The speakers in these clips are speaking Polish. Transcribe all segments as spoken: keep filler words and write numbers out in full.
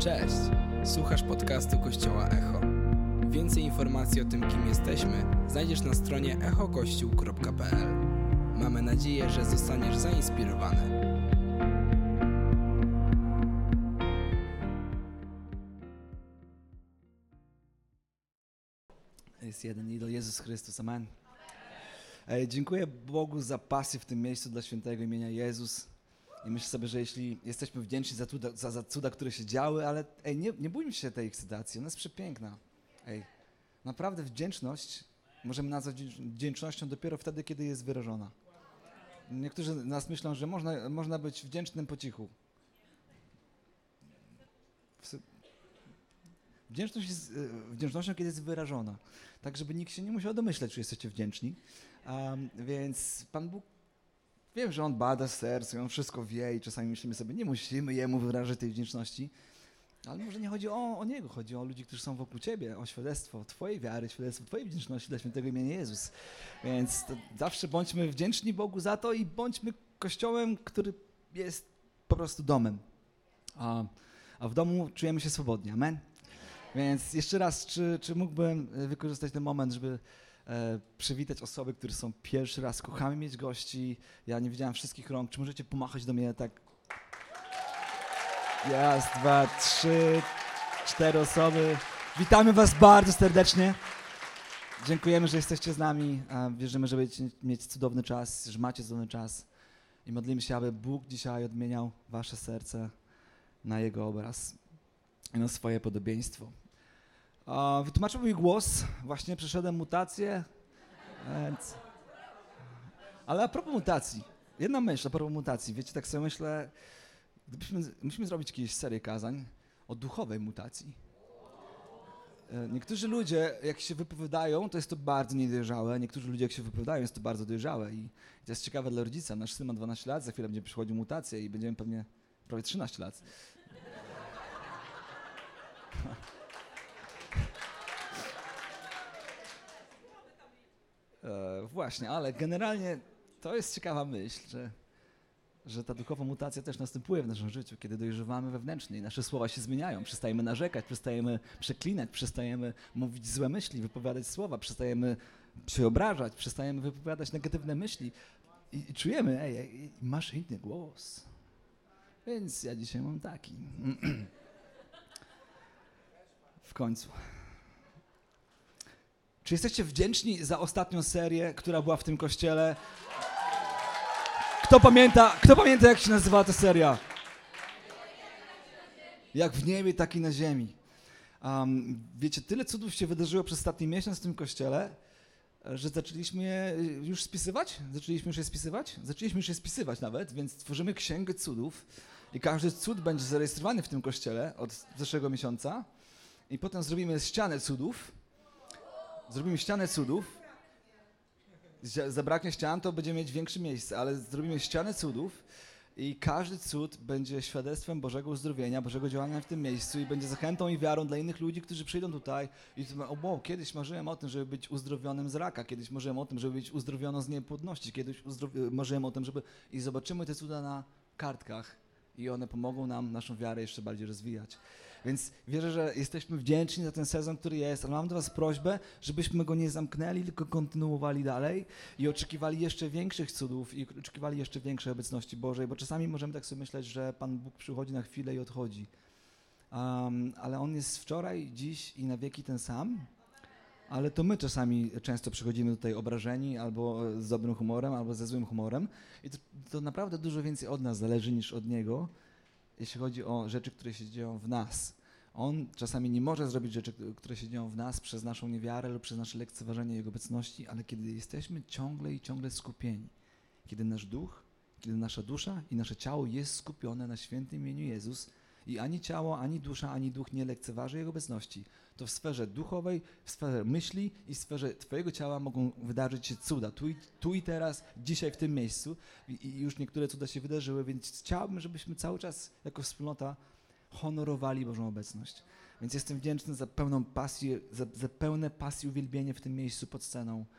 Cześć! Słuchasz podcastu Kościoła Echo. Więcej informacji o tym, kim jesteśmy, znajdziesz na stronie echo kościół kropka p l. Mamy nadzieję, że zostaniesz zainspirowany. Jest jeden idol, Jezus Chrystus, amen. E, dziękuję Bogu za pasję w tym miejscu dla świętego imienia Jezus. I myślę sobie, że jeśli jesteśmy wdzięczni za cuda, za, za cuda które się działy, ale ej, nie, nie bójmy się tej ekscytacji, ona jest przepiękna. Ej, naprawdę wdzięczność możemy nazwać wdzięcznością dopiero wtedy, kiedy jest wyrażona. Niektórzy z nas myślą, że można, można być wdzięcznym po cichu. Wdzięczność jest wdzięcznością, kiedy jest wyrażona, tak żeby nikt się nie musiał domyśleć, czy jesteście wdzięczni. Um, więc Pan Bóg, wiem, że On bada serce, On wszystko wie i czasami myślimy sobie, nie musimy Jemu wyrażać tej wdzięczności, ale może nie chodzi o, o Niego, chodzi o ludzi, którzy są wokół Ciebie, o świadectwo Twojej wiary, świadectwo Twojej wdzięczności dla świętego imienia Jezus. Więc zawsze bądźmy wdzięczni Bogu za to i bądźmy Kościołem, który jest po prostu domem. A, a w domu czujemy się swobodnie, amen? Więc jeszcze raz, czy, czy mógłbym wykorzystać ten moment, żeby e, przywitać osoby, które są pierwszy raz, kochamy mieć gości, ja nie widziałem wszystkich rąk, czy możecie pomachać do mnie tak? Raz, dwa, trzy, cztery osoby. Witamy Was bardzo serdecznie. Dziękujemy, że jesteście z nami, a wierzymy, że będziecie mieć cudowny czas, że macie cudowny czas i modlimy się, aby Bóg dzisiaj odmieniał Wasze serce na Jego obraz i na swoje podobieństwo. Uh, wytłumaczył mój głos, właśnie przeszedłem mutację, więc... ale a propos mutacji, jedna myśl a propos mutacji, wiecie, tak sobie myślę, gdybyśmy, musimy zrobić kiedyś serię kazań o duchowej mutacji. Niektórzy ludzie, jak się wypowiadają, to jest to bardzo niedojrzałe, niektórzy ludzie, jak się wypowiadają, jest to bardzo dojrzałe i to jest ciekawe dla rodzica. Nasz syn ma dwanaście lat, za chwilę będzie przychodził mutacja i będziemy pewnie prawie trzynaście lat. E, właśnie, ale generalnie to jest ciekawa myśl, że, że ta duchowa mutacja też następuje w naszym życiu, kiedy dojrzewamy wewnętrznie i nasze słowa się zmieniają. Przestajemy narzekać, przestajemy przeklinać, przestajemy mówić złe myśli, wypowiadać słowa, przestajemy się obrażać, przestajemy wypowiadać negatywne myśli i, i czujemy, ej, ej, masz inny głos. Więc ja dzisiaj mam taki. W końcu. Czy jesteście wdzięczni za ostatnią serię, która była w tym kościele? Kto pamięta, kto pamięta, jak się nazywała ta seria? Jak w niebie, tak i na ziemi. Um, wiecie, tyle cudów się wydarzyło przez ostatni miesiąc w tym kościele, że zaczęliśmy je już spisywać? Zaczęliśmy już je spisywać? Zaczęliśmy już je spisywać nawet, więc tworzymy księgę cudów i każdy cud będzie zarejestrowany w tym kościele od zeszłego miesiąca i potem zrobimy ścianę cudów. Zrobimy ścianę cudów, zabraknie ścian, to będziemy mieć większe miejsce, ale zrobimy ścianę cudów i każdy cud będzie świadectwem Bożego uzdrowienia, Bożego działania w tym miejscu i będzie zachętą i wiarą dla innych ludzi, którzy przyjdą tutaj i o, wow, kiedyś marzyłem o tym, żeby być uzdrowionym z raka, kiedyś marzyłem o tym, żeby być uzdrowioną z niepłodności, kiedyś uzdrowi- marzyłem o tym, żeby... I zobaczymy te cuda na kartkach i one pomogą nam naszą wiarę jeszcze bardziej rozwijać. Więc wierzę, że jesteśmy wdzięczni za ten sezon, który jest, ale mam do Was prośbę, żebyśmy go nie zamknęli, tylko kontynuowali dalej i oczekiwali jeszcze większych cudów i oczekiwali jeszcze większej obecności Bożej, bo czasami możemy tak sobie myśleć, że Pan Bóg przychodzi na chwilę i odchodzi. Um, ale On jest wczoraj, dziś i na wieki ten sam, ale to my czasami często przychodzimy tutaj obrażeni albo z dobrym humorem, albo ze złym humorem i to, to naprawdę dużo więcej od nas zależy niż od Niego, jeśli chodzi o rzeczy, które się dzieją w nas. On czasami nie może zrobić rzeczy, które się dzieją w nas przez naszą niewiarę lub przez nasze lekceważenie Jego obecności, ale kiedy jesteśmy ciągle i ciągle skupieni, kiedy nasz duch, kiedy nasza dusza i nasze ciało jest skupione na świętym imieniu Jezus i ani ciało, ani dusza, ani duch nie lekceważy Jego obecności, to w sferze duchowej, w sferze myśli i w sferze Twojego ciała mogą wydarzyć się cuda. Tu i, tu i teraz, dzisiaj w tym miejscu i, i już niektóre cuda się wydarzyły, więc chciałbym, żebyśmy cały czas jako wspólnota honorowali Bożą obecność. Więc jestem wdzięczny za pełną pasję, za, za pełne pasji uwielbienie w tym miejscu pod sceną,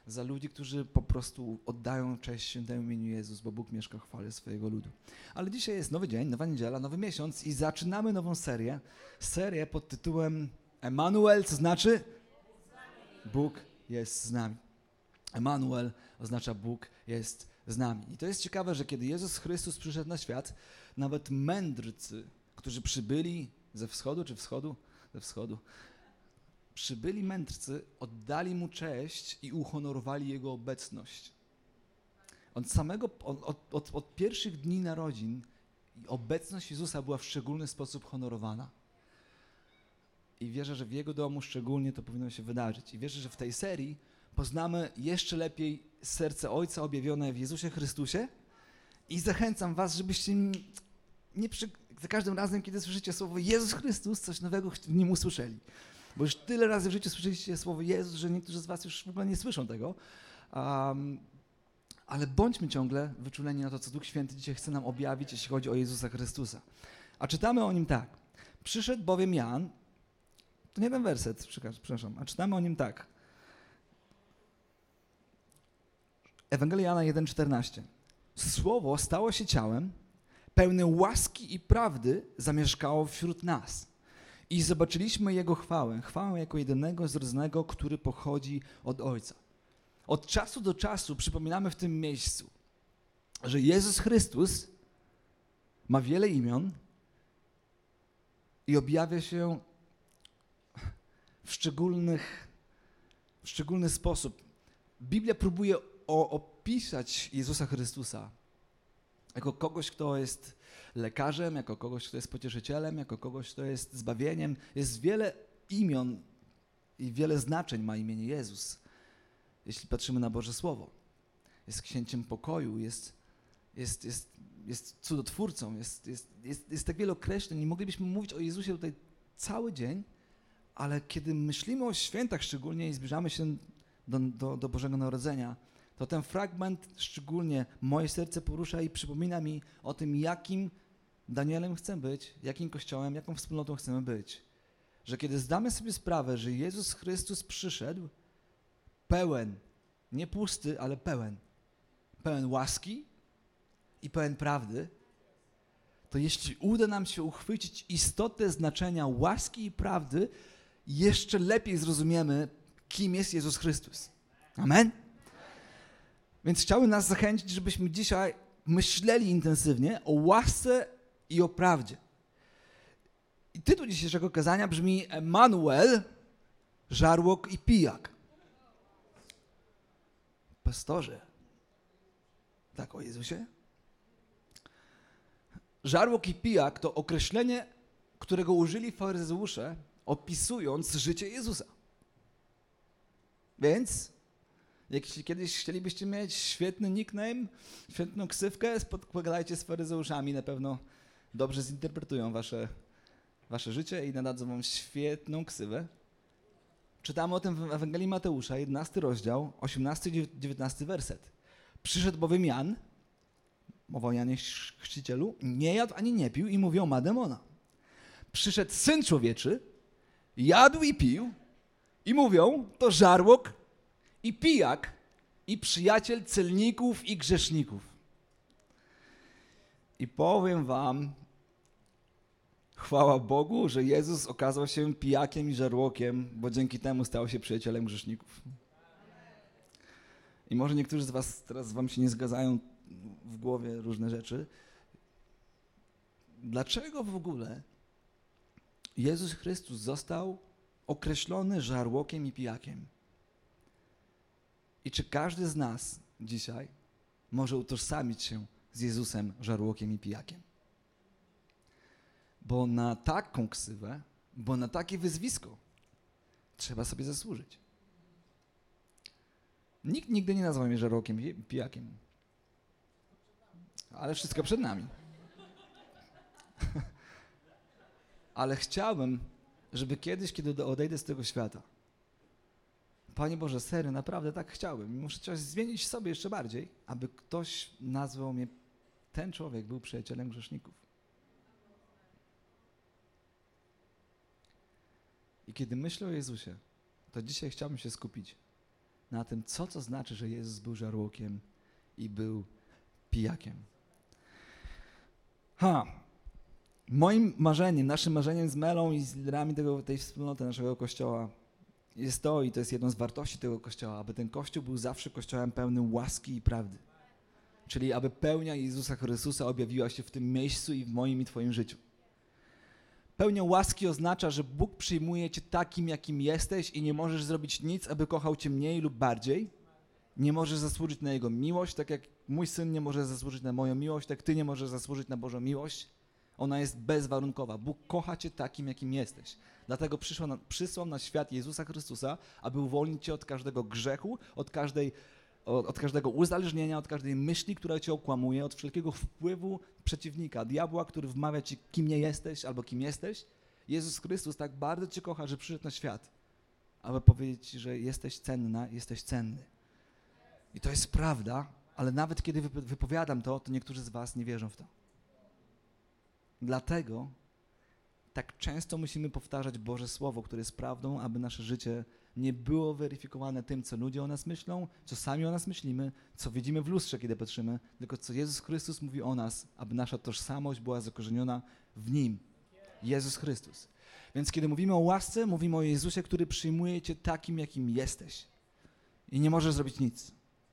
za ludzi, którzy po prostu oddają cześć świętemu imieniu Jezus, bo Bóg mieszka w chwale swojego ludu. Ale dzisiaj jest nowy dzień, nowa niedziela, nowy miesiąc i zaczynamy nową serię. Serię pod tytułem Emanuel, co znaczy? Bóg jest z nami. Emanuel oznacza Bóg jest z nami. I to jest ciekawe, że kiedy Jezus Chrystus przyszedł na świat, nawet mędrcy, którzy przybyli ze wschodu czy wschodu? Ze wschodu. Przybyli mędrcy, oddali Mu cześć i uhonorowali Jego obecność. Od samego, od, od, od pierwszych dni narodzin obecność Jezusa była w szczególny sposób honorowana. I wierzę, że w Jego domu szczególnie to powinno się wydarzyć. I wierzę, że w tej serii poznamy jeszcze lepiej serce Ojca objawione w Jezusie Chrystusie i zachęcam was, żebyście nie przy, za każdym razem, kiedy słyszycie słowo Jezus Chrystus, coś nowego w nim usłyszeli. Bo już tyle razy w życiu słyszeliście słowo Jezus, że niektórzy z was już w ogóle nie słyszą tego. Um, ale bądźmy ciągle wyczuleni na to, co Duch Święty dzisiaj chce nam objawić, jeśli chodzi o Jezusa Chrystusa. A czytamy o Nim tak. Przyszedł bowiem Jan, to nie ten werset, przepraszam, a czytamy o Nim tak. Ewangelia Jana jeden czternaście. Słowo stało się ciałem, pełne łaski i prawdy zamieszkało wśród nas. I zobaczyliśmy Jego chwałę, chwałę jako jedynego zrodzonego, który pochodzi od Ojca. Od czasu do czasu przypominamy w tym miejscu, że Jezus Chrystus ma wiele imion i objawia się w szczególnych, w szczególny sposób. Biblia próbuje o, opisać Jezusa Chrystusa jako kogoś, kto jest lekarzem, jako kogoś, kto jest pocieszycielem, jako kogoś, kto jest zbawieniem. Jest wiele imion i wiele znaczeń ma imię Jezus, jeśli patrzymy na Boże Słowo. Jest księciem pokoju, jest, jest, jest, jest cudotwórcą, jest, jest, jest, jest tak wiele określeń i moglibyśmy mówić o Jezusie tutaj cały dzień, ale kiedy myślimy o świętach szczególnie i zbliżamy się do, do, do Bożego Narodzenia, to ten fragment szczególnie moje serce porusza i przypomina mi o tym, jakim Danielem chcę być, jakim Kościołem, jaką wspólnotą chcemy być. Że kiedy zdamy sobie sprawę, że Jezus Chrystus przyszedł pełen, nie pusty, ale pełen, pełen łaski i pełen prawdy, to jeśli uda nam się uchwycić istotę znaczenia łaski i prawdy, jeszcze lepiej zrozumiemy, kim jest Jezus Chrystus. Amen? Więc chciałbym nas zachęcić, żebyśmy dzisiaj myśleli intensywnie o łasce i o prawdzie. I tytuł dzisiejszego kazania brzmi Emanuel, żarłok i pijak. Pastorze, tak o Jezusie? Żarłok i pijak to określenie, którego użyli faryzeusze, opisując życie Jezusa. Więc jeśli kiedyś chcielibyście mieć świetny nickname, świetną ksywkę, pogadajcie z faryzeuszami, na pewno dobrze zinterpretują wasze, wasze życie i nadadzą wam świetną ksywę. Czytamy o tym w Ewangelii Mateusza, jedenasty rozdział, osiemnasty dziewiętnasty werset. Przyszedł bowiem Jan, mowa o Janie Chrzcicielu, nie jadł ani nie pił i mówią, ma demona. Przyszedł Syn Człowieczy, jadł i pił i mówią, to żarłok i pijak i przyjaciel celników i grzeszników. I powiem wam, chwała Bogu, że Jezus okazał się pijakiem i żarłokiem, bo dzięki temu stał się przyjacielem grzeszników. I może niektórzy z was teraz wam się nie zgadzają w głowie różne rzeczy. Dlaczego w ogóle Jezus Chrystus został określony żarłokiem i pijakiem? I czy każdy z nas dzisiaj może utożsamić się z Jezusem żarłokiem i pijakiem? Bo na taką ksywę, bo na takie wyzwisko trzeba sobie zasłużyć. Nikt nigdy nie nazwał mnie żarłokiem i pijakiem. Ale wszystko przed nami. Ale chciałbym, żeby kiedyś, kiedy odejdę z tego świata, Panie Boże, serio, naprawdę tak chciałbym. Muszę coś zmienić w sobie jeszcze bardziej, aby ktoś nazwał mnie, ten człowiek był przyjacielem grzeszników. I kiedy myślę o Jezusie, to dzisiaj chciałbym się skupić na tym, co to znaczy, że Jezus był żarłokiem i był pijakiem. Ha! Moim marzeniem, naszym marzeniem z Melą i z liderami tego, tej wspólnoty naszego Kościoła jest to, i to jest jedną z wartości tego Kościoła, aby ten Kościół był zawsze Kościołem pełnym łaski i prawdy. Czyli aby pełnia Jezusa Chrystusa objawiła się w tym miejscu i w moim i twoim życiu. Pełnia łaski oznacza, że Bóg przyjmuje cię takim, jakim jesteś i nie możesz zrobić nic, aby kochał cię mniej lub bardziej. Nie możesz zasłużyć na Jego miłość, tak jak mój syn nie może zasłużyć na moją miłość, tak ty nie możesz zasłużyć na Bożą miłość. Ona jest bezwarunkowa. Bóg kocha cię takim, jakim jesteś. Dlatego przysłał na, przysłał na świat Jezusa Chrystusa, aby uwolnić cię od każdego grzechu, od, każdej, od, od każdego uzależnienia, od każdej myśli, która cię okłamuje, od wszelkiego wpływu przeciwnika, diabła, który wmawia ci, kim nie jesteś albo kim jesteś. Jezus Chrystus tak bardzo cię kocha, że przyszedł na świat, aby powiedzieć ci, że jesteś cenna, jesteś cenny. I to jest prawda, ale nawet kiedy wypowiadam to, to niektórzy z was nie wierzą w to. Dlatego tak często musimy powtarzać Boże Słowo, które jest prawdą, aby nasze życie nie było weryfikowane tym, co ludzie o nas myślą, co sami o nas myślimy, co widzimy w lustrze, kiedy patrzymy, tylko co Jezus Chrystus mówi o nas, aby nasza tożsamość była zakorzeniona w Nim. Jezus Chrystus. Więc kiedy mówimy o łasce, mówimy o Jezusie, który przyjmuje cię takim, jakim jesteś. I nie możesz zrobić nic.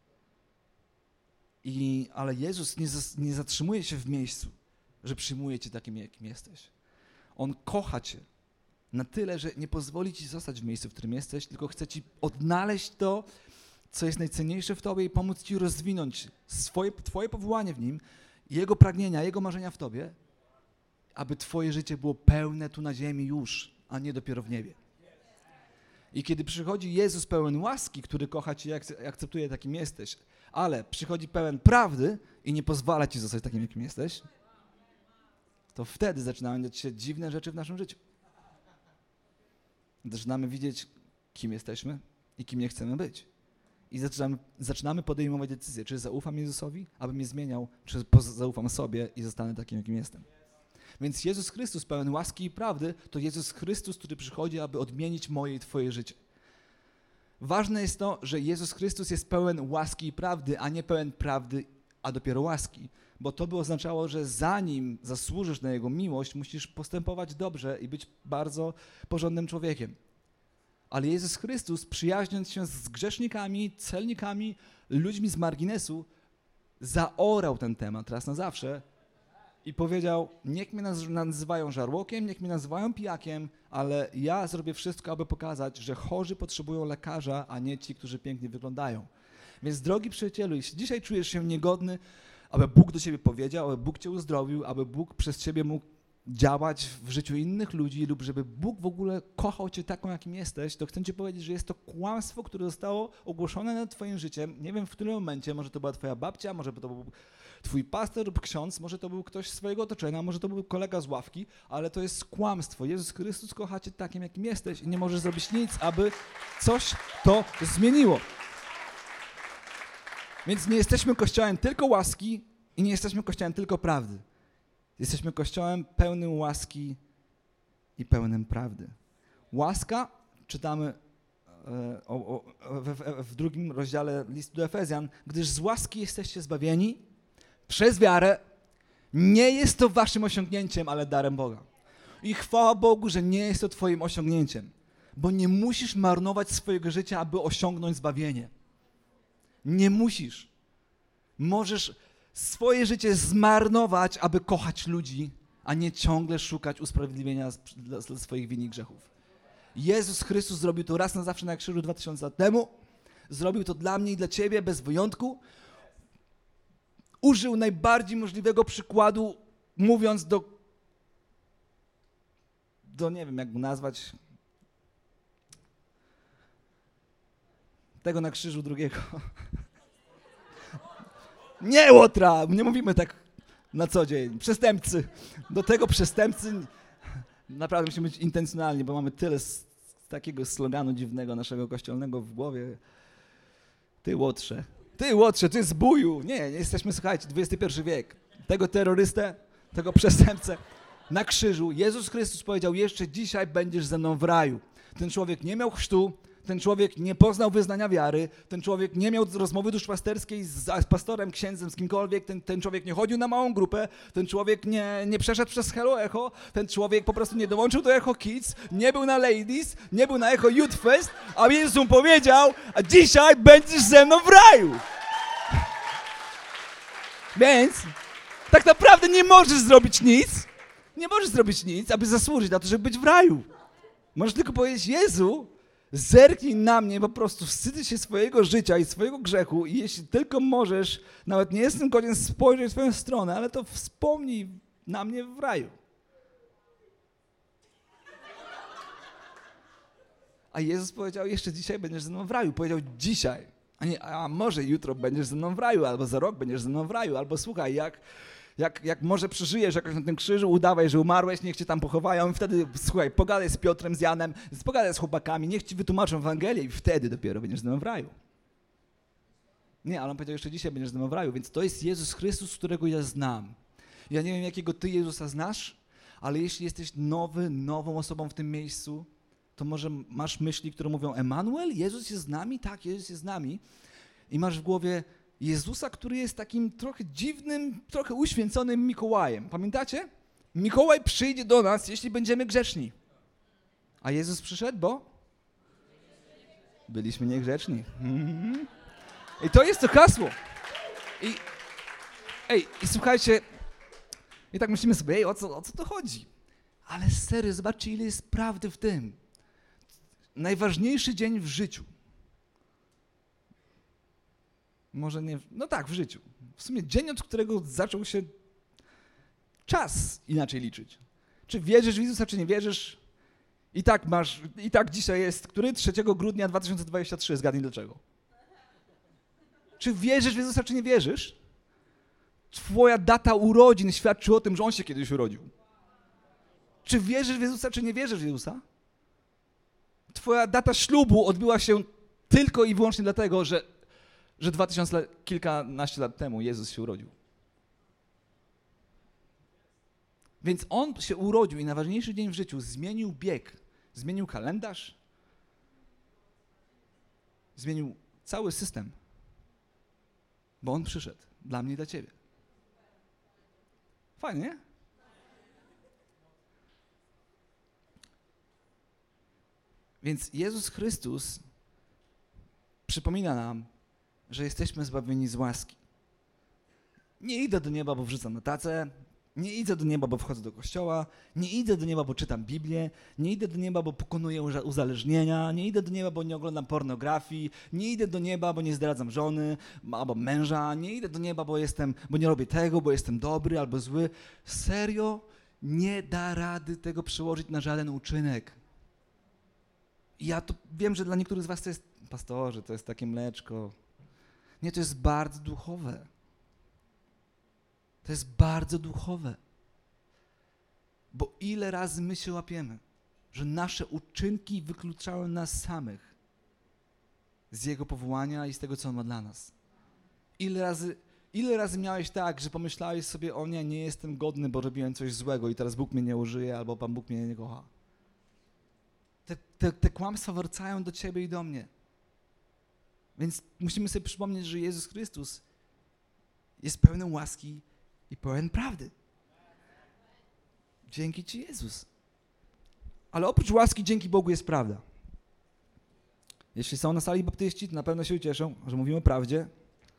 I, ale Jezus nie, nie zatrzymuje się w miejscu, że przyjmuje cię takim, jakim jesteś. On kocha cię na tyle, że nie pozwoli ci zostać w miejscu, w którym jesteś, tylko chce ci odnaleźć to, co jest najcenniejsze w tobie i pomóc ci rozwinąć swoje, twoje powołanie w Nim, Jego pragnienia, Jego marzenia w tobie, aby twoje życie było pełne tu na ziemi już, a nie dopiero w niebie. I kiedy przychodzi Jezus pełen łaski, który kocha cię i akceptuje takim jesteś, ale przychodzi pełen prawdy i nie pozwala ci zostać takim, jakim jesteś, to wtedy zaczynają dziać się dziwne rzeczy w naszym życiu. Zaczynamy widzieć, kim jesteśmy i kim nie chcemy być. I zaczynamy, zaczynamy podejmować decyzje, czy zaufam Jezusowi, aby mnie zmieniał, czy zaufam sobie i zostanę takim, jakim jestem. Więc Jezus Chrystus pełen łaski i prawdy to Jezus Chrystus, który przychodzi, aby odmienić moje i twoje życie. Ważne jest to, że Jezus Chrystus jest pełen łaski i prawdy, a nie pełen prawdy, a dopiero łaski. Bo to by oznaczało, że zanim zasłużysz na Jego miłość, musisz postępować dobrze i być bardzo porządnym człowiekiem. Ale Jezus Chrystus, przyjaźniąc się z grzesznikami, celnikami, ludźmi z marginesu, zaorał ten temat raz na zawsze i powiedział, niech mnie nazywają żarłokiem, niech mnie nazywają pijakiem, ale ja zrobię wszystko, aby pokazać, że chorzy potrzebują lekarza, a nie ci, którzy pięknie wyglądają. Więc drogi przyjacielu, jeśli dzisiaj czujesz się niegodny, aby Bóg do ciebie powiedział, aby Bóg cię uzdrowił, aby Bóg przez ciebie mógł działać w życiu innych ludzi lub żeby Bóg w ogóle kochał cię taką, jakim jesteś, to chcę ci powiedzieć, że jest to kłamstwo, które zostało ogłoszone nad twoim życiem. Nie wiem w którym momencie, może to była twoja babcia, może to był twój pastor lub ksiądz, może to był ktoś z swojego otoczenia, może to był kolega z ławki, ale to jest kłamstwo. Jezus Chrystus kocha cię takim, jakim jesteś i nie możesz zrobić nic, aby coś to zmieniło. Więc nie jesteśmy Kościołem tylko łaski i nie jesteśmy Kościołem tylko prawdy. Jesteśmy Kościołem pełnym łaski i pełnym prawdy. Łaska, czytamy e, o, o, w, w drugim rozdziale listu do Efezjan, gdyż z łaski jesteście zbawieni przez wiarę. Nie jest to waszym osiągnięciem, ale darem Boga. I chwała Bogu, że nie jest to twoim osiągnięciem, bo nie musisz marnować swojego życia, aby osiągnąć zbawienie. Nie musisz. Możesz swoje życie zmarnować, aby kochać ludzi, a nie ciągle szukać usprawiedliwienia dla swoich win i grzechów. Jezus Chrystus zrobił to raz na zawsze na krzyżu dwa tysiące lat temu. Zrobił to dla mnie i dla ciebie bez wyjątku. Użył najbardziej możliwego przykładu, mówiąc do, do nie wiem jak go nazwać, tego na krzyżu drugiego. Nie Łotra, nie mówimy tak na co dzień. Przestępcy. Do tego przestępcy naprawdę musimy być intencjonalni, bo mamy tyle z, z takiego sloganu dziwnego naszego kościelnego w głowie. Ty Łotrze. Ty Łotrze, ty zbóju. Nie, nie jesteśmy, słuchajcie, dwudziesty pierwszy wiek. Tego terrorystę, tego przestępcę na krzyżu Jezus Chrystus powiedział, jeszcze dzisiaj będziesz ze mną w raju. Ten człowiek nie miał chrztu, ten człowiek nie poznał wyznania wiary, ten człowiek nie miał rozmowy duszpasterskiej z, z pastorem, księdzem, z kimkolwiek, ten, ten człowiek nie chodził na małą grupę, ten człowiek nie, nie przeszedł przez Hello Echo, ten człowiek po prostu nie dołączył do Echo Kids, nie był na Ladies, nie był na Echo Youth Fest, a Jezus mu powiedział, a dzisiaj będziesz ze mną w raju. Więc tak naprawdę nie możesz zrobić nic, nie możesz zrobić nic, aby zasłużyć na to, żeby być w raju. Możesz tylko powiedzieć, Jezu, zerknij na mnie, po prostu wstydzę się swojego życia i swojego grzechu i jeśli tylko możesz, nawet nie jestem godzien spojrzeć w twoją stronę, ale to wspomnij na mnie w raju. A Jezus powiedział, jeszcze dzisiaj będziesz ze mną w raju. Powiedział dzisiaj, a nie, a może jutro będziesz ze mną w raju, albo za rok będziesz ze mną w raju, albo słuchaj, jak... Jak, jak może przeżyjesz jakoś na tym krzyżu, udawaj, że umarłeś, niech cię tam pochowają i wtedy, słuchaj, pogadaj z Piotrem, z Janem, pogadaj z chłopakami, niech ci wytłumaczą Ewangelię i wtedy dopiero będziesz z nami w raju. Nie, ale on powiedział, jeszcze dzisiaj będziesz z nami w raju, więc to jest Jezus Chrystus, którego ja znam. Ja nie wiem, jakiego ty Jezusa znasz, ale jeśli jesteś nowy, nową osobą w tym miejscu, to może masz myśli, które mówią, Emanuel, Jezus jest z nami? Tak, Jezus jest z nami. I masz w głowie Jezusa, który jest takim trochę dziwnym, trochę uświęconym Mikołajem. Pamiętacie? Mikołaj przyjdzie do nas, jeśli będziemy grzeczni. A Jezus przyszedł, bo byliśmy niegrzeczni. Mm-hmm. I to jest to hasło. I, ej, i słuchajcie, i tak myślimy sobie, ej, o co, o co to chodzi? Ale serio, zobaczcie, ile jest prawdy w tym. Najważniejszy dzień w życiu. Może nie, no tak, w życiu. W sumie dzień, od którego zaczął się czas inaczej liczyć. Czy wierzysz w Jezusa, czy nie wierzysz? I tak masz, i tak dzisiaj jest, który? trzeciego grudnia dwa tysiące dwudziestego trzeciego. Zgadnij dlaczego. Czy wierzysz w Jezusa, czy nie wierzysz? Twoja data urodzin świadczy o tym, że On się kiedyś urodził. Czy wierzysz w Jezusa, czy nie wierzysz w Jezusa? Twoja data ślubu odbyła się tylko i wyłącznie dlatego, że że dwa tysiące kilkanaście lat temu Jezus się urodził. Więc On się urodził i na ważniejszy dzień w życiu zmienił bieg, zmienił kalendarz, zmienił cały system, bo On przyszedł dla mnie i dla ciebie. Fajnie, nie? Więc Jezus Chrystus przypomina nam, że jesteśmy zbawieni z łaski. Nie idę do nieba, bo wrzucam na tacę, nie idę do nieba, bo wchodzę do kościoła, nie idę do nieba, bo czytam Biblię, nie idę do nieba, bo pokonuję uzależnienia, nie idę do nieba, bo nie oglądam pornografii, nie idę do nieba, bo nie zdradzam żony albo męża, nie idę do nieba, bo jestem, bo nie robię tego, bo jestem dobry albo zły. Serio, nie da rady tego przełożyć na żaden uczynek. I ja to wiem, że dla niektórych z was to jest, pastorze, to jest takie mleczko. Nie, to jest bardzo duchowe. To jest bardzo duchowe. Bo ile razy my się łapiemy, że nasze uczynki wykluczają nas samych z Jego powołania i z tego, co On ma dla nas. Ile razy, ile razy miałeś tak, że pomyślałeś sobie, o nie, nie jestem godny, bo robiłem coś złego i teraz Bóg mnie nie użyje, albo Pan Bóg mnie nie kocha. Te, te, te kłamstwa wracają do ciebie i do mnie. Więc musimy sobie przypomnieć, że Jezus Chrystus jest pełen łaski i pełen prawdy. Dzięki Ci, Jezus. Ale oprócz łaski, dzięki Bogu jest prawda. Jeśli są na sali baptyści, to na pewno się ucieszą, że mówimy o prawdzie.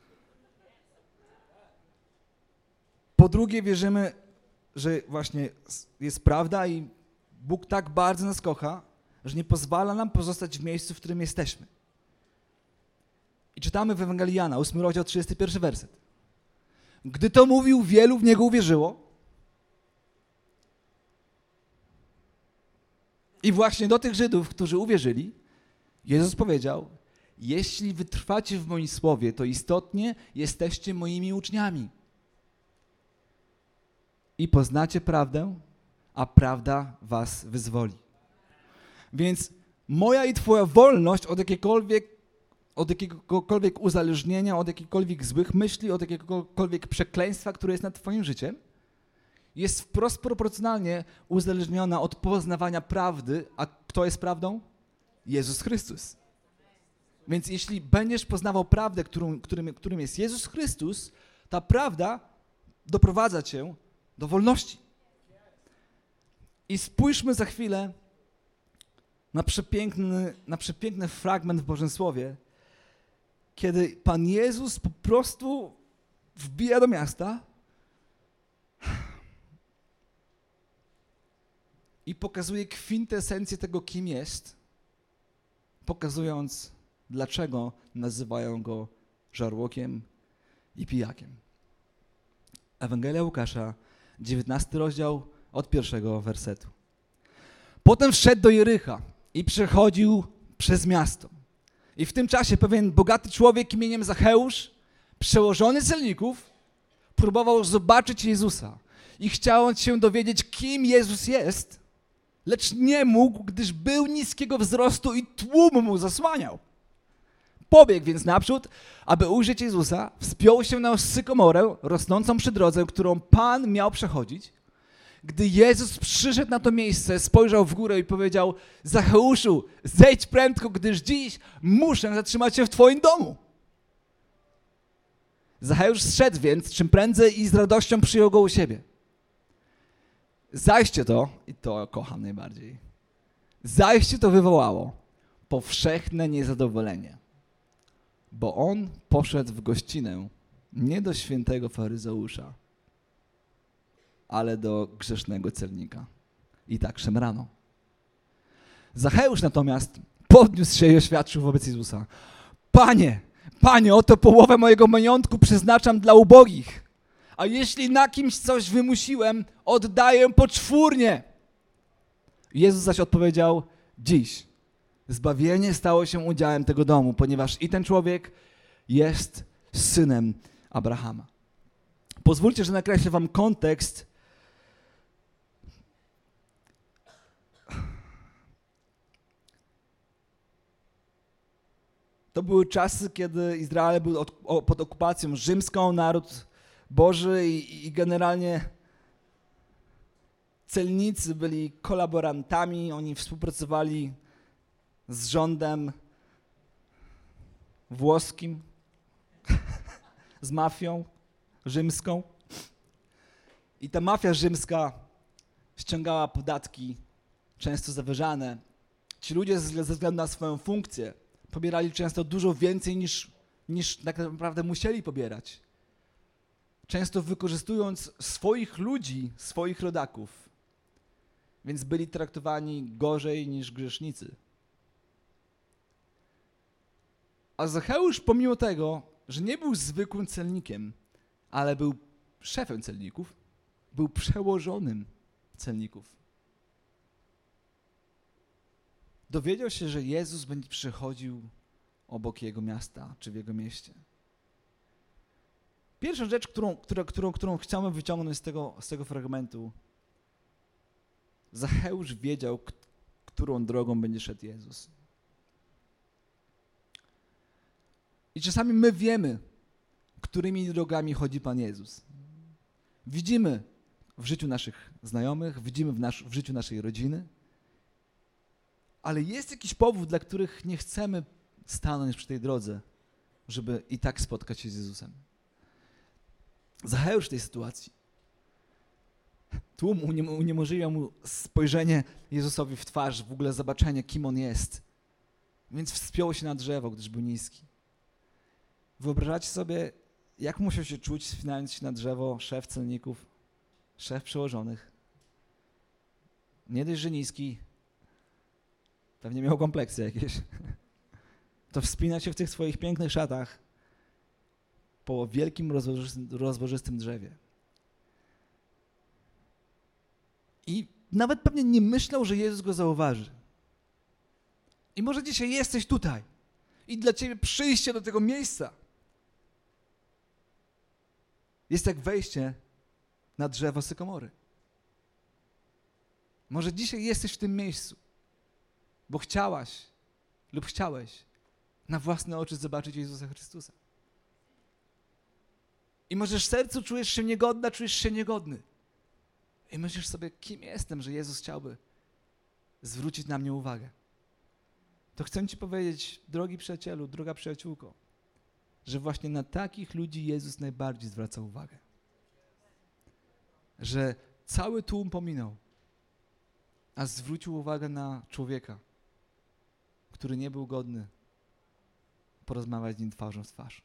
Po drugie, wierzymy, że właśnie jest prawda i Bóg tak bardzo nas kocha, że nie pozwala nam pozostać w miejscu, w którym jesteśmy. I czytamy w Ewangelii Jana, ósmy rozdział, trzydziesty pierwszy werset. Gdy to mówił, wielu w Niego uwierzyło. I właśnie do tych Żydów, którzy uwierzyli, Jezus powiedział, jeśli wytrwacie w moim słowie, to istotnie jesteście moimi uczniami. I poznacie prawdę, a prawda was wyzwoli. Więc moja i twoja wolność od jakiegokolwiek od jakiegokolwiek uzależnienia, od jakichkolwiek złych myśli, od jakiegokolwiek przekleństwa, które jest nad twoim życiem, jest wprost proporcjonalnie uzależniona od poznawania prawdy. A kto jest prawdą? Jezus Chrystus. Więc jeśli będziesz poznawał prawdę, którą, którym, którym jest Jezus Chrystus, ta prawda doprowadza cię do wolności. I spójrzmy za chwilę na przepiękny, na przepiękny fragment w Bożym Słowie, kiedy Pan Jezus po prostu wbija do miasta i pokazuje kwintesencję tego, kim jest, pokazując, dlaczego nazywają go żarłokiem i pijakiem. Ewangelia Łukasza, dziewiętnasty rozdział, od pierwszego wersetu. Potem wszedł do Jericha i przechodził przez miasto. I w tym czasie pewien bogaty człowiek imieniem Zacheusz, przełożony celników, próbował zobaczyć Jezusa i chciał się dowiedzieć, kim Jezus jest, lecz nie mógł, gdyż był niskiego wzrostu i tłum mu zasłaniał. Pobiegł więc naprzód, aby ujrzeć Jezusa, wspiął się na sykomorę rosnącą przy drodze, którą Pan miał przechodzić. Gdy Jezus przyszedł na to miejsce, spojrzał w górę i powiedział: Zacheuszu, zejdź prędko, gdyż dziś muszę zatrzymać się w Twoim domu. Zacheusz zszedł więc, czym prędzej i z radością przyjął go u siebie. Zajście to, i to kocham najbardziej, zajście to wywołało powszechne niezadowolenie, bo on poszedł w gościnę nie do świętego faryzeusza, ale do grzesznego celnika. I tak szemrano. Zacheusz natomiast podniósł się i oświadczył wobec Jezusa: Panie, Panie, oto połowę mojego majątku przeznaczam dla ubogich, a jeśli na kimś coś wymusiłem, oddaję poczwórnie. Jezus zaś odpowiedział: Dziś zbawienie stało się udziałem tego domu, ponieważ i ten człowiek jest synem Abrahama. Pozwólcie, że nakreślę wam kontekst. To były czasy, kiedy Izrael był od, o, pod okupacją rzymską, naród Boży i, i generalnie celnicy byli kolaborantami, oni współpracowali z rządem włoskim, z mafią rzymską. I ta mafia rzymska ściągała podatki, często zawyżane. Ci ludzie ze względu na swoją funkcję pobierali często dużo więcej niż, niż tak naprawdę musieli pobierać. Często wykorzystując swoich ludzi, swoich rodaków. Więc byli traktowani gorzej niż grzesznicy. A Zacheusz, pomimo tego, że nie był zwykłym celnikiem, ale był szefem celników, był przełożonym celników. Dowiedział się, że Jezus będzie przychodził obok jego miasta, czy w jego mieście. Pierwsza rzecz, którą, która, którą, którą chciałem wyciągnąć z tego, z tego fragmentu, Zacheusz wiedział, k- którą drogą będzie szedł Jezus. I czasami my wiemy, którymi drogami chodzi Pan Jezus. Widzimy w życiu naszych znajomych, widzimy w, nasz, w życiu naszej rodziny, ale jest jakiś powód, dla których nie chcemy stanąć przy tej drodze, żeby i tak spotkać się z Jezusem. Zacheusz w tej sytuacji. Tłum uniemożliwia mu spojrzenie Jezusowi w twarz, w ogóle zobaczenie, kim On jest. Więc wspiął się na drzewo, gdyż był niski. Wyobrażacie sobie, jak musiał się czuć, wspinając się na drzewo, szef celników, szef przełożonych. Nie dość, że niski, pewnie miał kompleksy jakieś. To wspinać się w tych swoich pięknych szatach po wielkim, rozłożystym, rozłożystym drzewie. I nawet pewnie nie myślał, że Jezus go zauważy. I może dzisiaj jesteś tutaj i dla ciebie przyjście do tego miejsca jest jak wejście na drzewo sykomory. Może dzisiaj jesteś w tym miejscu, bo chciałaś lub chciałeś na własne oczy zobaczyć Jezusa Chrystusa. I może w sercu czujesz się niegodna, czujesz się niegodny. I myślisz sobie, kim jestem, że Jezus chciałby zwrócić na mnie uwagę. to chcę ci powiedzieć, drogi przyjacielu, droga przyjaciółko, że właśnie na takich ludzi Jezus najbardziej zwraca uwagę. Że cały tłum pominął, a zwrócił uwagę na człowieka, który nie był godny porozmawiać z nim twarzą w twarz.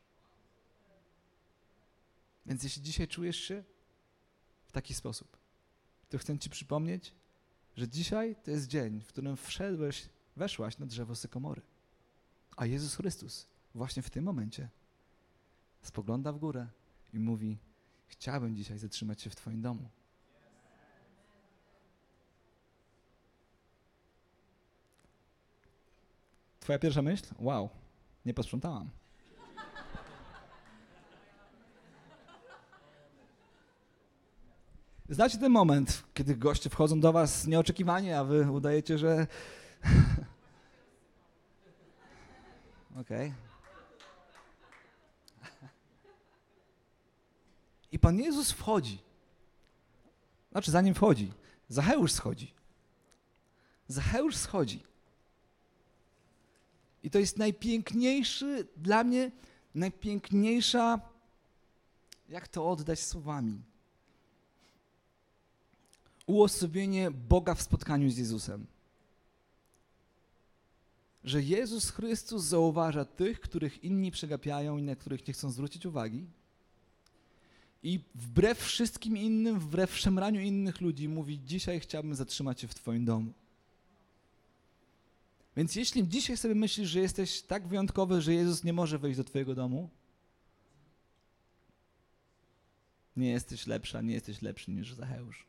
Więc jeśli dzisiaj czujesz się w taki sposób, to chcę ci przypomnieć, że dzisiaj to jest dzień, w którym wszedłeś, weszłaś na drzewo sykomory. A Jezus Chrystus właśnie w tym momencie spogląda w górę i mówi: chciałbym dzisiaj zatrzymać się w twoim domu. Twoja pierwsza myśl? Wow, nie posprzątałam. Znacie ten moment, kiedy goście wchodzą do was nieoczekiwanie, a wy udajecie, że... Okej. Okay. I Pan Jezus wchodzi. Znaczy, zanim wchodzi, Zacheusz schodzi. Zacheusz schodzi. I to jest najpiękniejszy, dla mnie najpiękniejsza, jak to oddać słowami, uosobienie Boga w spotkaniu z Jezusem. Że Jezus Chrystus zauważa tych, których inni przegapiają i na których nie chcą zwrócić uwagi. I wbrew wszystkim innym, wbrew szemraniu innych ludzi mówi: dzisiaj chciałbym zatrzymać się w twoim domu. Więc jeśli dzisiaj sobie myślisz, że jesteś tak wyjątkowy, że Jezus nie może wejść do twojego domu, nie jesteś lepsza, nie jesteś lepszy niż Zacheusz.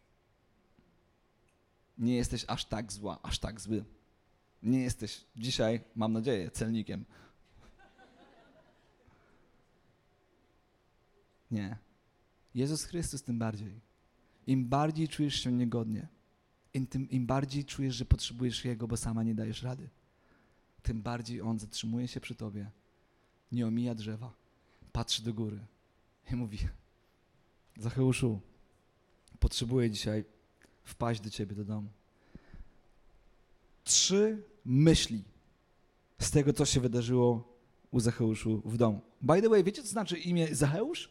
Nie jesteś aż tak zła, aż tak zły. Nie jesteś dzisiaj, mam nadzieję, celnikiem. Nie. Jezus Chrystus tym bardziej. Im bardziej czujesz się niegodnie, im, tym, im bardziej czujesz, że potrzebujesz Jego, bo sama nie dajesz rady, tym bardziej On zatrzymuje się przy tobie, nie omija drzewa, patrzy do góry i mówi: Zacheuszu, potrzebuję dzisiaj wpaść do ciebie do domu. Trzy myśli z tego, co się wydarzyło u Zacheuszu w domu. By the way, wiecie, co znaczy imię Zacheusz?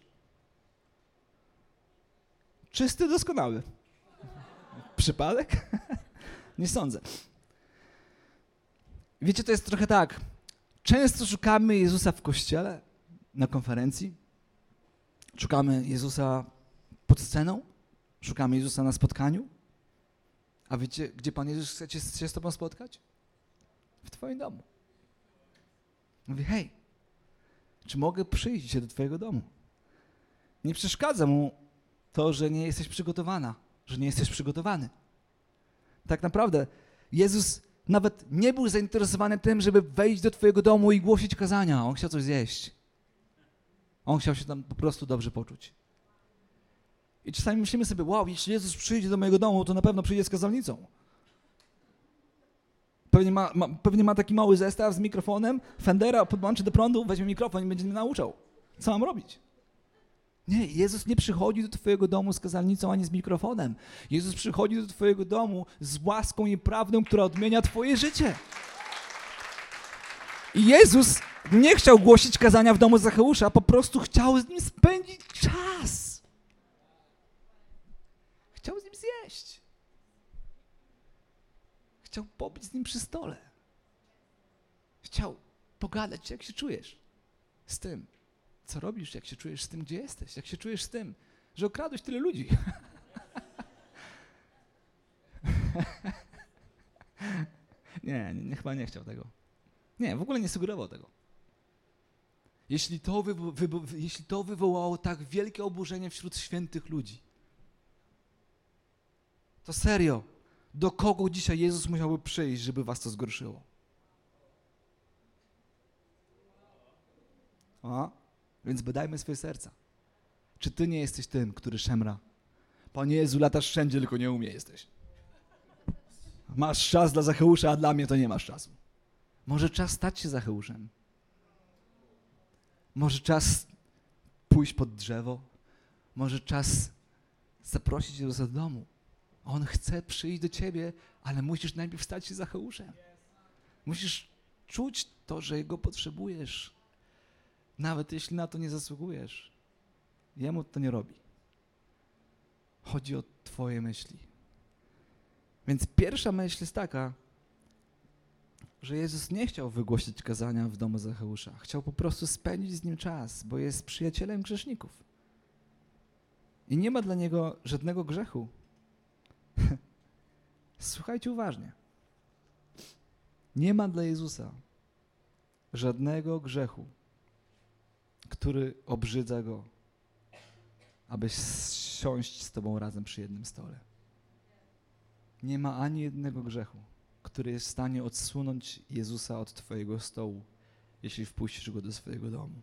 Czysty, doskonały. Przypadek? Nie sądzę. Wiecie, to jest trochę tak. Często szukamy Jezusa w kościele, na konferencji. Szukamy Jezusa pod sceną. Szukamy Jezusa na spotkaniu. A wiecie, gdzie Pan Jezus chce się z tobą spotkać? W twoim domu. Mówi: hej, czy mogę przyjść dzisiaj do twojego domu? Nie przeszkadza mu to, że nie jesteś przygotowana, że nie jesteś przygotowany. Tak naprawdę Jezus nawet nie był zainteresowany tym, żeby wejść do twojego domu i głosić kazania. On chciał coś zjeść. On chciał się tam po prostu dobrze poczuć. I czasami myślimy sobie: wow, jeśli Jezus przyjdzie do mojego domu, to na pewno przyjdzie z kazalnicą. Pewnie ma, ma, pewnie ma taki mały zestaw z mikrofonem, Fendera, podłączy do prądu, weźmie mikrofon i będzie mnie nauczał, co mam robić. Nie, Jezus nie przychodzi do twojego domu z kazalnicą ani z mikrofonem. Jezus przychodzi do twojego domu z łaską i prawdą, która odmienia twoje życie. I Jezus nie chciał głosić kazania w domu Zacheusza, po prostu chciał z nim spędzić czas. Chciał z nim zjeść. Chciał pobyć z nim przy stole. Chciał pogadać, jak się czujesz z tym, co robisz, jak się czujesz z tym, gdzie jesteś, jak się czujesz z tym, że okradłeś tyle ludzi. nie, nie, chyba nie chciał tego. Nie, w ogóle nie sugerował tego. Jeśli to, wy, wy, wy, jeśli to wywołało tak wielkie oburzenie wśród świętych ludzi, to serio, do kogo dzisiaj Jezus musiałby przyjść, żeby was to zgorszyło? A? Więc badajmy swoje serca. Czy ty nie jesteś tym, który szemra? Panie Jezu, latasz wszędzie, tylko nie umie jesteś. Masz czas dla Zacheusza, a dla mnie to nie masz czasu. Może czas stać się Zacheuszem. Może czas pójść pod drzewo. Może czas zaprosić Jezusa do domu. On chce przyjść do ciebie, ale musisz najpierw stać się Zacheuszem. Musisz czuć to, że Jego potrzebujesz, nawet jeśli na to nie zasługujesz. Jemu to nie robi. Chodzi o twoje myśli. Więc pierwsza myśl jest taka, że Jezus nie chciał wygłosić kazania w domu Zacheusza. Chciał po prostu spędzić z nim czas, bo jest przyjacielem grzeszników. I nie ma dla niego żadnego grzechu. Słuchajcie uważnie. Nie ma dla Jezusa żadnego grzechu, który obrzydza Go, aby siąść z Tobą razem przy jednym stole. Nie ma ani jednego grzechu, który jest w stanie odsunąć Jezusa od Twojego stołu, jeśli wpuścisz Go do swojego domu.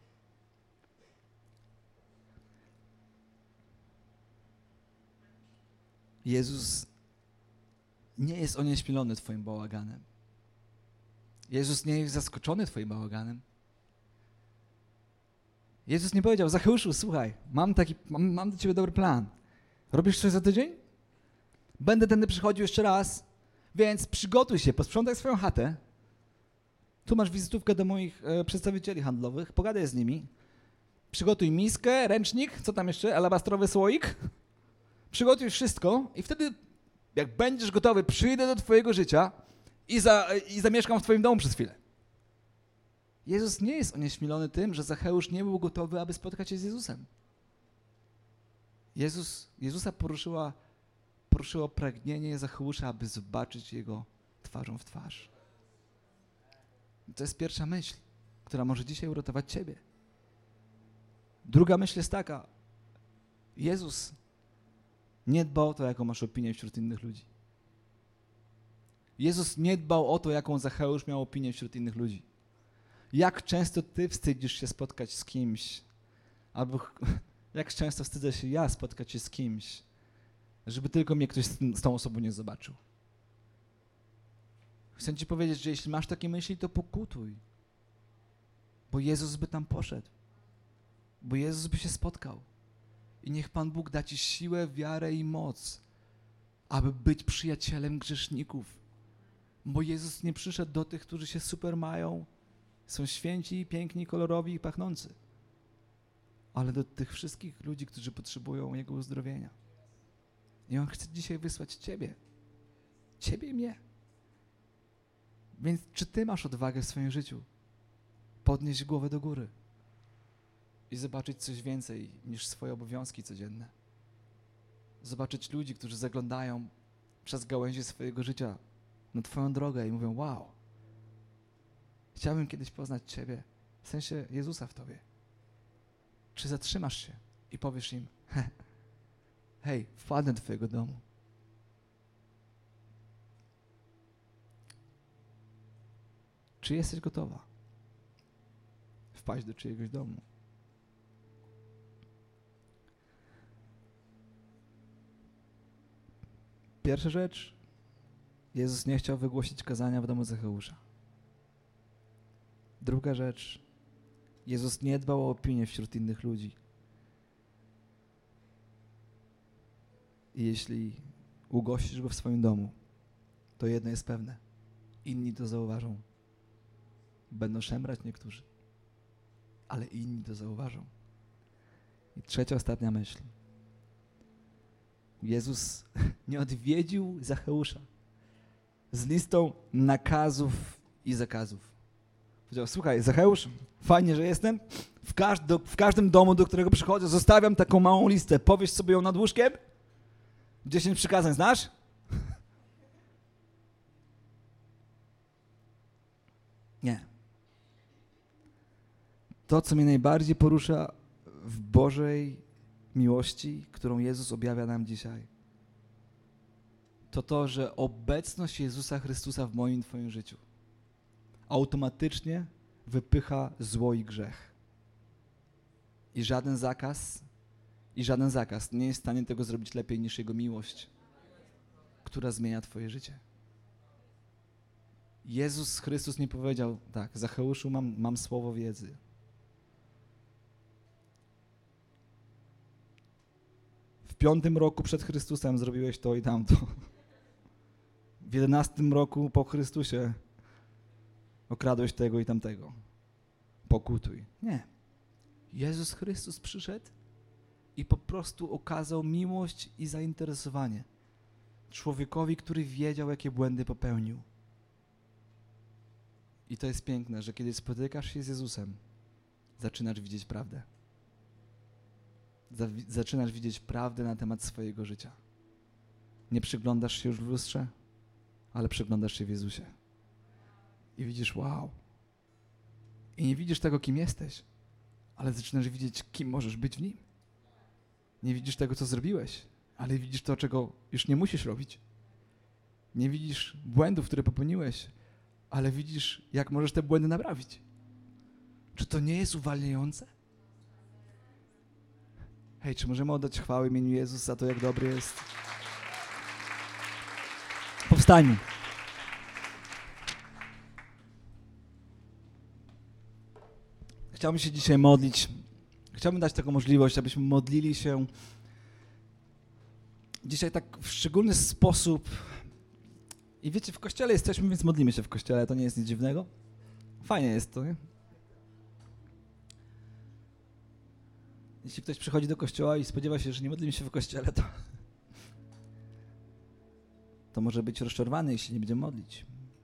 Jezus nie jest onieśmielony Twoim bałaganem. Jezus nie jest zaskoczony Twoim bałaganem. Jezus nie powiedział: Zacheuszu, słuchaj, mam, taki, mam, mam do Ciebie dobry plan. Robisz coś za tydzień? Będę tędy przychodził jeszcze raz, więc przygotuj się, posprzątaj swoją chatę. Tu masz wizytówkę do moich e, przedstawicieli handlowych, pogadaj z nimi. Przygotuj miskę, ręcznik, co tam jeszcze, alabastrowy słoik. Przygotuj wszystko i wtedy, jak będziesz gotowy, przyjdę do Twojego życia i, za, i zamieszkam w Twoim domu przez chwilę. Jezus nie jest onieśmielony tym, że Zacheusz nie był gotowy, aby spotkać się z Jezusem. Jezus, Jezusa poruszyła, poruszyło pragnienie Zacheusza, aby zobaczyć Jego twarzą w twarz. To jest pierwsza myśl, która może dzisiaj uratować Ciebie. Druga myśl jest taka: Jezus nie dbał o to, jaką masz opinię wśród innych ludzi. Jezus nie dbał o to, jaką Zacheusz miał opinię wśród innych ludzi. Jak często ty wstydzisz się spotkać z kimś, albo jak często wstydzę się ja spotkać się z kimś, żeby tylko mnie ktoś z tą osobą nie zobaczył. Chcę ci powiedzieć, że jeśli masz takie myśli, to pokutuj, bo Jezus by tam poszedł, bo Jezus by się spotkał i niech Pan Bóg da ci siłę, wiarę i moc, aby być przyjacielem grzeszników, bo Jezus nie przyszedł do tych, którzy się super mają, są święci, piękni, kolorowi i pachnący, ale do tych wszystkich ludzi, którzy potrzebują Jego uzdrowienia. I On chce dzisiaj wysłać Ciebie. Ciebie i mnie. Więc czy Ty masz odwagę w swoim życiu podnieść głowę do góry i zobaczyć coś więcej niż swoje obowiązki codzienne? Zobaczyć ludzi, którzy zaglądają przez gałęzie swojego życia na Twoją drogę i mówią: wow, chciałbym kiedyś poznać Ciebie, w sensie Jezusa w Tobie. Czy zatrzymasz się i powiesz im: hej, wpadnę do Twojego domu. Czy jesteś gotowa wpaść do czyjegoś domu? Pierwsza rzecz, Jezus nie chciał wygłosić kazania w domu Zacheusza. Druga rzecz, Jezus nie dbał o opinię wśród innych ludzi. I jeśli ugościsz Go w swoim domu, to jedno jest pewne, inni to zauważą. Będą szemrać niektórzy, ale inni to zauważą. I trzecia, ostatnia myśl. Jezus nie odwiedził Zacheusza z listą nakazów i zakazów. Powiedział: słuchaj, Zacheusz, fajnie, że jestem. W, każdy, w każdym domu, do którego przychodzę, zostawiam taką małą listę. Powiesz sobie ją nad łóżkiem? Dziesięć przykazań znasz? Nie. To, co mnie najbardziej porusza w Bożej miłości, którą Jezus objawia nam dzisiaj, to to, że obecność Jezusa Chrystusa w moim i Twoim życiu automatycznie wypycha zło i grzech. I żaden zakaz, i żaden zakaz nie jest w stanie tego zrobić lepiej niż Jego miłość, która zmienia Twoje życie. Jezus Chrystus nie powiedział tak: Zacheuszu, mam, mam słowo wiedzy. W piątym roku przed Chrystusem zrobiłeś to i tamto. W jedenastym roku po Chrystusie okradłeś tego i tamtego. Pokutuj. Nie. Jezus Chrystus przyszedł i po prostu okazał miłość i zainteresowanie człowiekowi, który wiedział, jakie błędy popełnił. I to jest piękne, że kiedy spotykasz się z Jezusem, zaczynasz widzieć prawdę. Zaczynasz widzieć prawdę na temat swojego życia. Nie przyglądasz się już w lustrze, ale przyglądasz się w Jezusie. I widzisz, wow. I nie widzisz tego, kim jesteś, ale zaczynasz widzieć, kim możesz być w Nim. Nie widzisz tego, co zrobiłeś, ale widzisz to, czego już nie musisz robić. Nie widzisz błędów, które popełniłeś, ale widzisz, jak możesz te błędy naprawić. Czy to nie jest uwalniające? Hej, czy możemy oddać chwałę imieniu Jezus za to, jak dobry jest? Powstańmy. Chciałbym się dzisiaj modlić. Chciałbym dać taką możliwość, abyśmy modlili się dzisiaj tak w szczególny sposób. I wiecie, w kościele jesteśmy, więc modlimy się w kościele. To nie jest nic dziwnego. Fajnie jest to, nie? Jeśli ktoś przychodzi do kościoła i spodziewa się, że nie modlimy się w kościele, to, to może być rozczarowany, jeśli nie będzie modlić.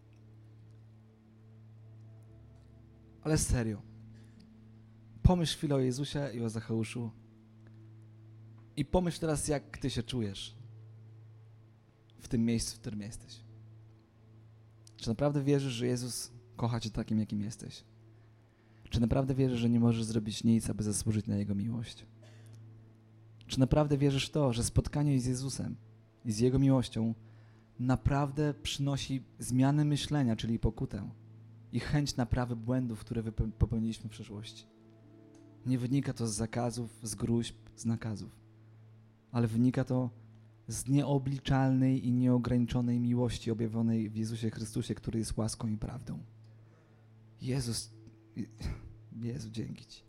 Ale serio. Pomyśl chwilę o Jezusie i o Zacheuszu. I pomyśl teraz, jak ty się czujesz w tym miejscu, w którym jesteś. Czy naprawdę wierzysz, że Jezus kocha cię takim, jakim jesteś? Czy naprawdę wierzysz, że nie możesz zrobić nic, aby zasłużyć na Jego miłość? Czy naprawdę wierzysz w to, że spotkanie z Jezusem i z Jego miłością naprawdę przynosi zmianę myślenia, czyli pokutę i chęć naprawy błędów, które popełniliśmy w przeszłości? Nie wynika to z zakazów, z gróźb, z nakazów, ale wynika to z nieobliczalnej i nieograniczonej miłości objawionej w Jezusie Chrystusie, który jest łaską i prawdą. Jezus, Jezu, dzięki Ci.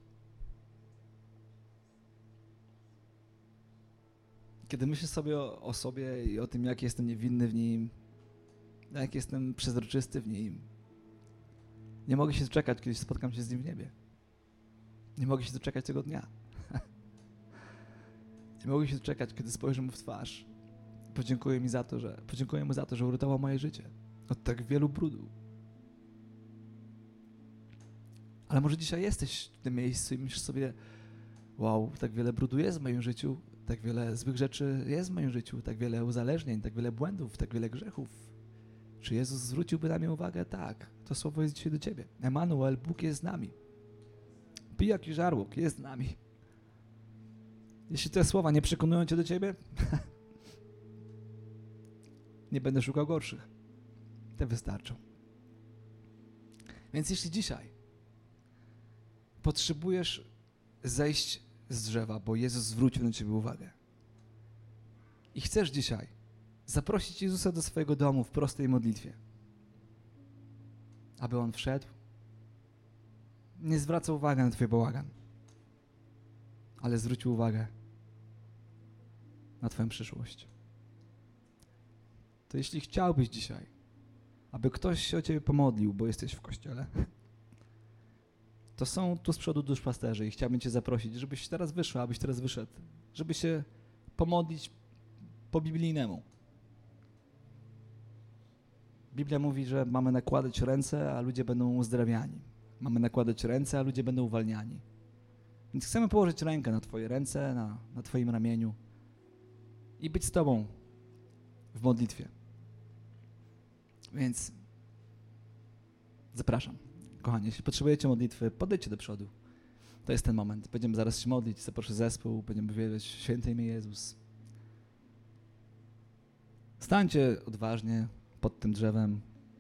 Kiedy myślę sobie o, o sobie i o tym, jak jestem niewinny w Nim, jak jestem przezroczysty w Nim, nie mogę się doczekać, kiedy spotkam się z Nim w niebie. Nie mogę się doczekać tego dnia. Nie mogę się doczekać, kiedy spojrzę Mu w twarz. Podziękuję mi za to, że podziękuję Mu za to, że uratował moje życie od tak wielu brudu. Ale może dzisiaj jesteś w tym miejscu i myślisz sobie, wow, tak wiele brudu jest w moim życiu, tak wiele złych rzeczy jest w moim życiu, tak wiele uzależnień, tak wiele błędów, tak wiele grzechów. Czy Jezus zwróciłby na mnie uwagę? Tak, to słowo jest dzisiaj do Ciebie. Emanuel, Bóg jest z nami. Pijak i żarłok jest z nami. Jeśli te słowa nie przekonują Cię do Ciebie, nie będę szukał gorszych. Te wystarczą. Więc jeśli dzisiaj potrzebujesz zejść z drzewa, bo Jezus zwrócił na Ciebie uwagę i chcesz dzisiaj zaprosić Jezusa do swojego domu w prostej modlitwie, aby On wszedł, nie zwracał uwagi na Twój bałagan, ale zwrócił uwagę na Twoją przyszłość. To jeśli chciałbyś dzisiaj, aby ktoś się o Ciebie pomodlił, bo jesteś w kościele, to są tu z przodu duszpasterze i chciałbym Cię zaprosić, żebyś teraz wyszła, abyś teraz wyszedł, żeby się pomodlić po biblijnemu. Biblia mówi, że mamy nakładać ręce, a ludzie będą uzdrawiani. Mamy nakładać ręce, a ludzie będą uwalniani. Więc chcemy położyć rękę na Twoje ręce, na, na Twoim ramieniu i być z Tobą w modlitwie. Więc zapraszam. Kochani, jeśli potrzebujecie modlitwy, podejdźcie do przodu. To jest ten moment. Będziemy zaraz się modlić, zaproszę zespół, będziemy wywielać święte imię Jezus. Stańcie odważnie pod tym drzewem.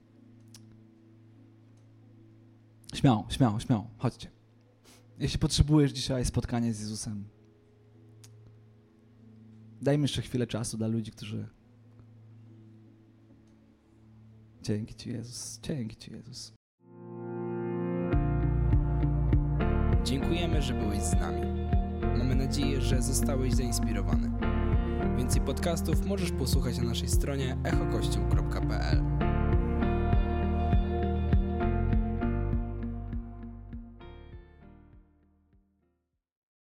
Śmiało, śmiało, śmiało. Chodźcie. Jeśli potrzebujesz dzisiaj spotkania z Jezusem, dajmy jeszcze chwilę czasu dla ludzi, którzy... Dzięki Ci, Jezus. Dzięki Ci, Jezus. Dziękujemy, że byłeś z nami. Mamy nadzieję, że zostałeś zainspirowany. Więcej podcastów możesz posłuchać na naszej stronie echo kościół kropka p l.